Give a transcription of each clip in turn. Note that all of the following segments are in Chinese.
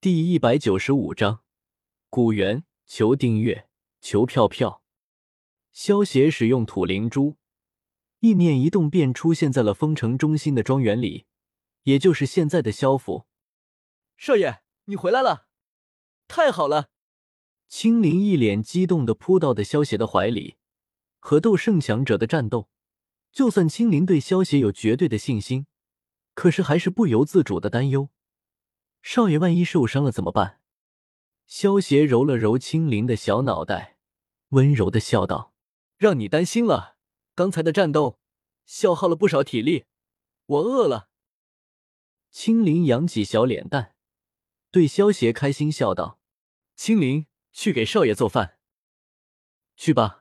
第195章古猿，求订阅，求票票。萧协使用土灵珠，意念一动便出现在了封城中心的庄园里，也就是现在的萧府。 少爷，你回来了，太好了！ 青灵一脸激动地扑到的萧协的怀里。和斗圣强者的战斗，就算青灵对萧协有绝对的信心，可是还是不由自主的担忧。少爷万一受伤了怎么办？萧协揉了揉青灵的小脑袋，温柔地笑道： 让你担心了，刚才的战斗消耗了不少体力，我饿了。 青灵扬起小脸蛋，对萧协开心笑道： 青灵，去给少爷做饭。 去吧。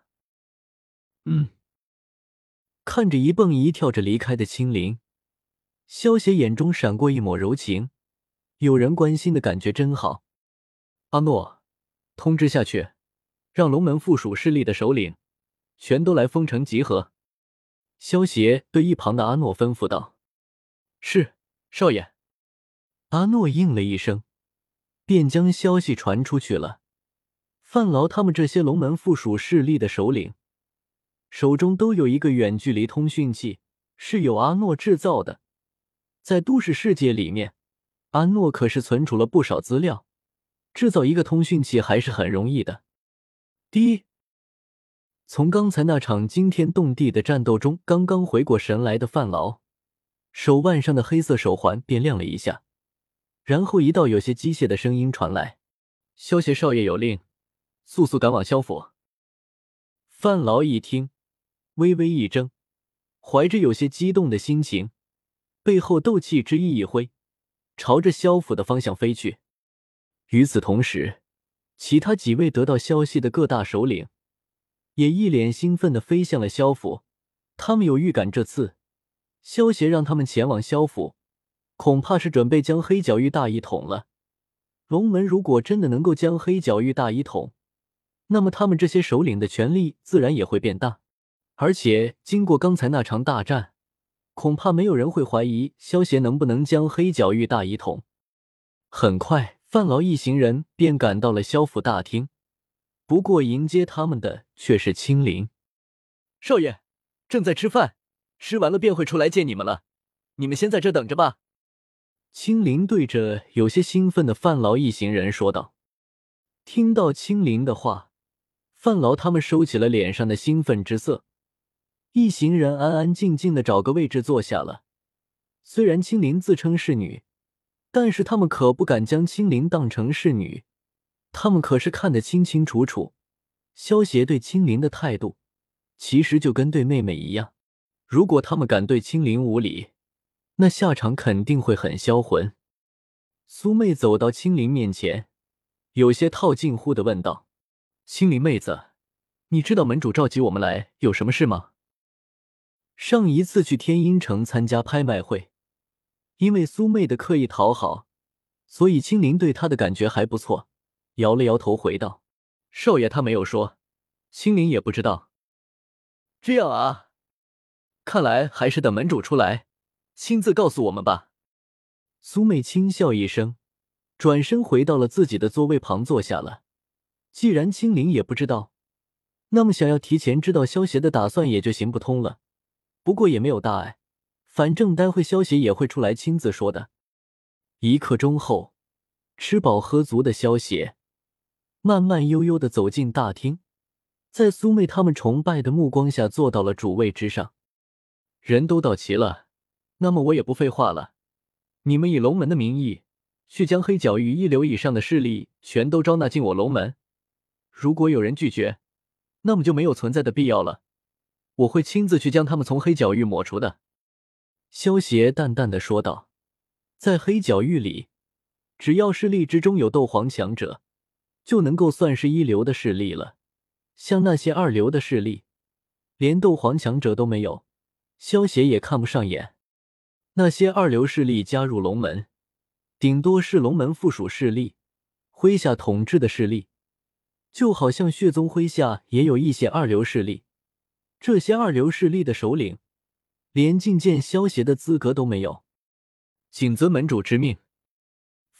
看着一蹦一跳着离开的青灵，萧协眼中闪过一抹柔情，有人关心的感觉真好。阿诺，通知下去，让龙门附属势力的首领全都来封城集合。萧协对一旁的阿诺吩咐道： 是，少爷。 阿诺应了一声，便将消息传出去了。范劳他们这些龙门附属势力的首领手中都有一个远距离通讯器，是由阿诺制造的。在都市世界里面，阿诺可是存储了不少资料，制造一个通讯器还是很容易的。第一，从刚才那场惊天动地的战斗中刚刚回过神来的范劳，手腕上的黑色手环便亮了一下，然后一道有些机械的声音传来：萧协少爷有令，速速赶往萧府。范劳一听，微微一怔，怀着有些激动的心情，背后斗气之意一挥，朝着萧府的方向飞去。与此同时，其他几位得到消息的各大首领也一脸兴奋地飞向了萧府。他们有预感，这次萧协让他们前往萧府，恐怕是准备将黑角域大一统了。龙门如果真的能够将黑角域大一统，那么他们这些首领的权力自然也会变大。而且经过刚才那场大战，恐怕没有人会怀疑萧协能不能将黑角域大一统。很快，范劳一行人便赶到了萧府大厅，不过迎接他们的却是青灵。 少爷，正在吃饭，吃完了便会出来见你们了，你们先在这等着吧。 青灵对着有些兴奋的范劳一行人说道。听到青灵的话，范劳他们收起了脸上的兴奋之色，一行人安安静静地找个位置坐下了。虽然青灵自称是女，但是他们可不敢将青灵当成是女，他们可是看得清清楚楚，萧协对青灵的态度其实就跟对妹妹一样，如果他们敢对青灵无礼，那下场肯定会很销魂。苏妹走到青灵面前，有些套近乎地问道：青灵妹子，你知道门主召集我们来有什么事吗？上一次去天阴城参加拍卖会，因为苏妹的刻意讨好，所以青灵对她的感觉还不错，摇了摇头回道：少爷他没有说，青灵也不知道。 这样啊，看来还是等门主出来亲自告诉我们吧。 苏妹轻笑一声，转身回到了自己的座位旁坐下了。既然青灵也不知道，那么想要提前知道萧协的打算也就行不通了。不过也没有大碍，反正待会萧协也会出来亲自说的。1刻钟后，吃饱喝足的萧协慢慢悠悠地走进大厅，在苏妹他们崇拜的目光下坐到了主位之上。人都到齐了，那么我也不废话了，你们以龙门的名义去将黑角域1流以上的势力全都招纳进我龙门，如果有人拒绝，那么就没有存在的必要了，我会亲自去将他们从黑角域抹除的。萧协淡淡的说道。在黑角域里，只要势力之中有斗皇强者，就能够算是1流的势力了。像那些2流的势力，连斗皇强者都没有，萧协也看不上眼。那些2流势力加入龙门，顶多是龙门附属势力，麾下统治的势力，就好像血宗麾下也有一些2流势力，这些2流势力的首领连觐见萧协的资格都没有。谨遵门主之命。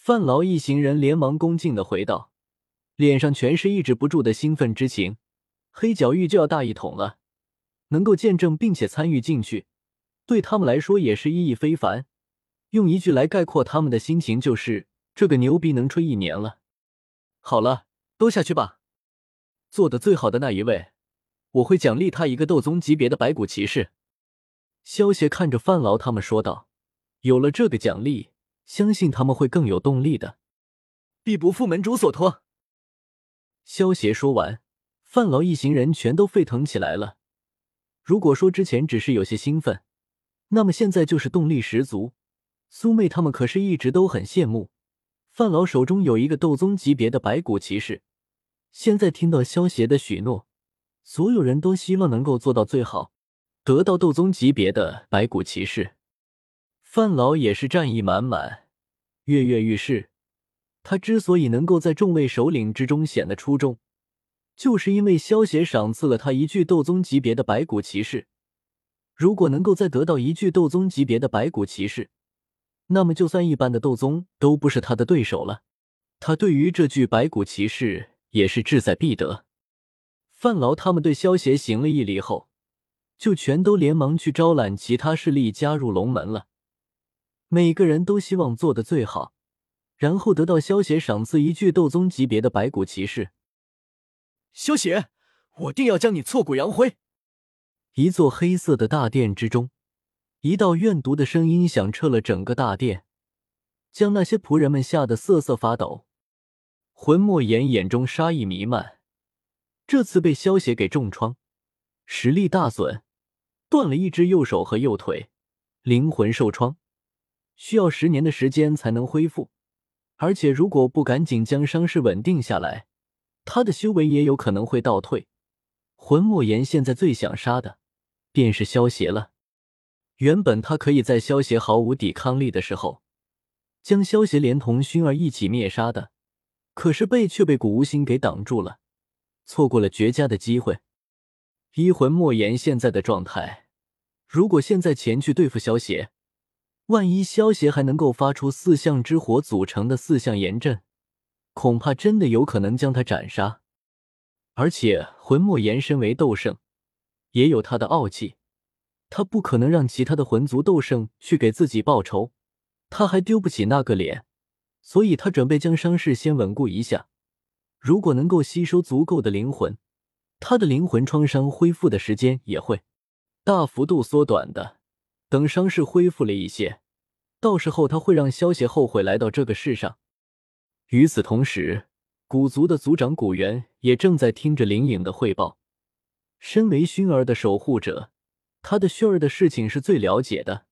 范劳一行人连忙恭敬地回道，脸上全是抑制不住的兴奋之情。黑角域就要大一统了，能够见证并且参与进去，对他们来说也是意义非凡。用一句来概括他们的心情，就是这个牛逼能吹1年了。 好了，都下去吧。做得最好的那一位，我会奖励他一个斗宗级别的白骨骑士。 萧协看着范劳他们说道，有了这个奖励，相信他们会更有动力的。 必不负门主所托。 萧协说完，范劳一行人全都沸腾起来了。如果说之前只是有些兴奋，那么现在就是动力十足。苏妹他们可是一直都很羡慕范劳手中有一个斗宗级别的白骨骑士，现在听到萧协的许诺，所有人都希望能够做到最好，得到斗宗级别的白骨骑士。范劳也是战意满满，跃跃欲试。他之所以能够在众位首领之中显得出众，就是因为萧协赏赐了他一具斗宗级别的白骨骑士。如果能够再得到一具斗宗级别的白骨骑士，那么就算一般的斗宗都不是他的对手了。他对于这具白骨骑士也是志在必得。范劳他们对萧协行了一礼后，就全都连忙去招揽其他势力加入龙门了。每个人都希望做得最好，然后得到萧协赏赐一具斗宗级别的白骨骑士。 萧协，我定要将你挫骨扬灰。 一座黑色的大殿之中，一道怨毒的声音响彻了整个大殿，将那些仆人们吓得瑟瑟发抖。魂墨炎眼中杀意弥漫，这次被萧协给重创，实力大损，断了一只右手和右腿，灵魂受创，需要10年的时间才能恢复。而且如果不赶紧将伤势稳定下来，他的修为也有可能会倒退。魂墨炎现在最想杀的便是萧协了。原本他可以在萧协毫无抵抗力的时候，将萧协连同薰儿一起灭杀的，可是却被古无心给挡住了，错过了绝佳的机会。依魂墨炎现在的状态，如果现在前去对付萧协，万一萧协还能够发出4象之火组成的4象炎阵，恐怕真的有可能将他斩杀。而且魂墨炎身为斗圣，也有他的傲气，他不可能让其他的魂族斗圣去给自己报仇，他还丢不起那个脸，所以他准备将伤势先稳固一下。如果能够吸收足够的灵魂，他的灵魂创伤恢复的时间也会大幅度缩短的。等伤势恢复了一些，到时候他会让萧协后悔来到这个世上。与此同时，古族的族长古元也正在听着灵影的汇报。身为薰儿的守护者，他的薰儿的事情是最了解的。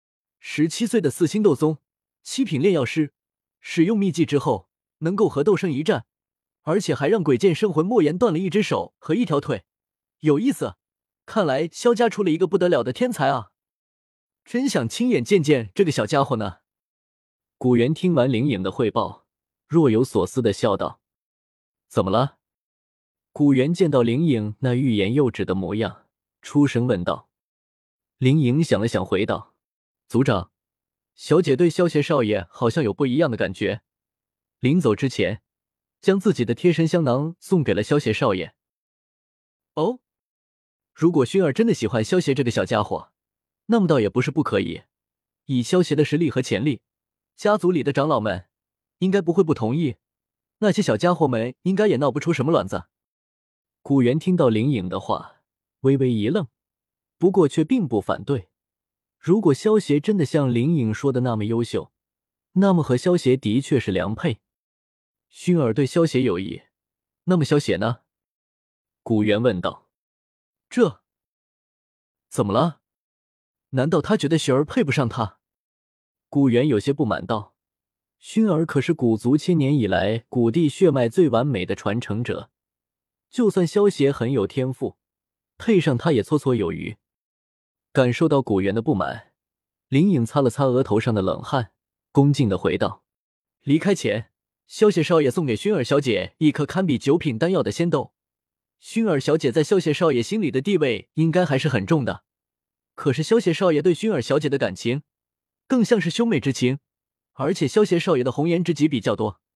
17岁的4星斗宗，7品炼药师，使用秘技之后能够和斗圣一战，而且还让鬼剑圣魂墨炎断了一只手和一条腿，有意思。看来萧家出了一个不得了的天才啊！真想亲眼见见这个小家伙呢。 古元听完灵影的汇报，若有所思地笑道：怎么了？古元见到灵影那欲言又止的模样，出声问道。灵影想了想回道：族长，小姐对萧协少爷好像有不一样的感觉，临走之前将自己的贴身香囊送给了萧协少爷。 哦，如果薰儿真的喜欢萧协这个小家伙，那么倒也不是不可以。以萧协的实力和潜力，家族里的长老们应该不会不同意，那些小家伙们应该也闹不出什么乱子。 古元听到灵影的话，微微一愣，不过却并不反对。如果萧协真的像灵影说的那么优秀，那么和萧协的确是良配。薰儿对萧协有意，那么萧协呢？古元问道。 这怎么了？难道他觉得薰儿配不上他？ 古元有些不满道。薰儿可是古族千年以来古地血脉最完美的传承者，就算萧协很有天赋，配上他也绰绰有余。感受到古元的不满，灵影擦了擦额头上的冷汗，恭敬地回道： 离开前，萧协少爷送给薰儿小姐一颗堪比9品丹药的仙豆。薰儿小姐在萧协少爷心里的地位应该还是很重的，可是萧协少爷对薰儿小姐的感情更像是兄妹之情， 而且萧协少爷的红颜知己比较多，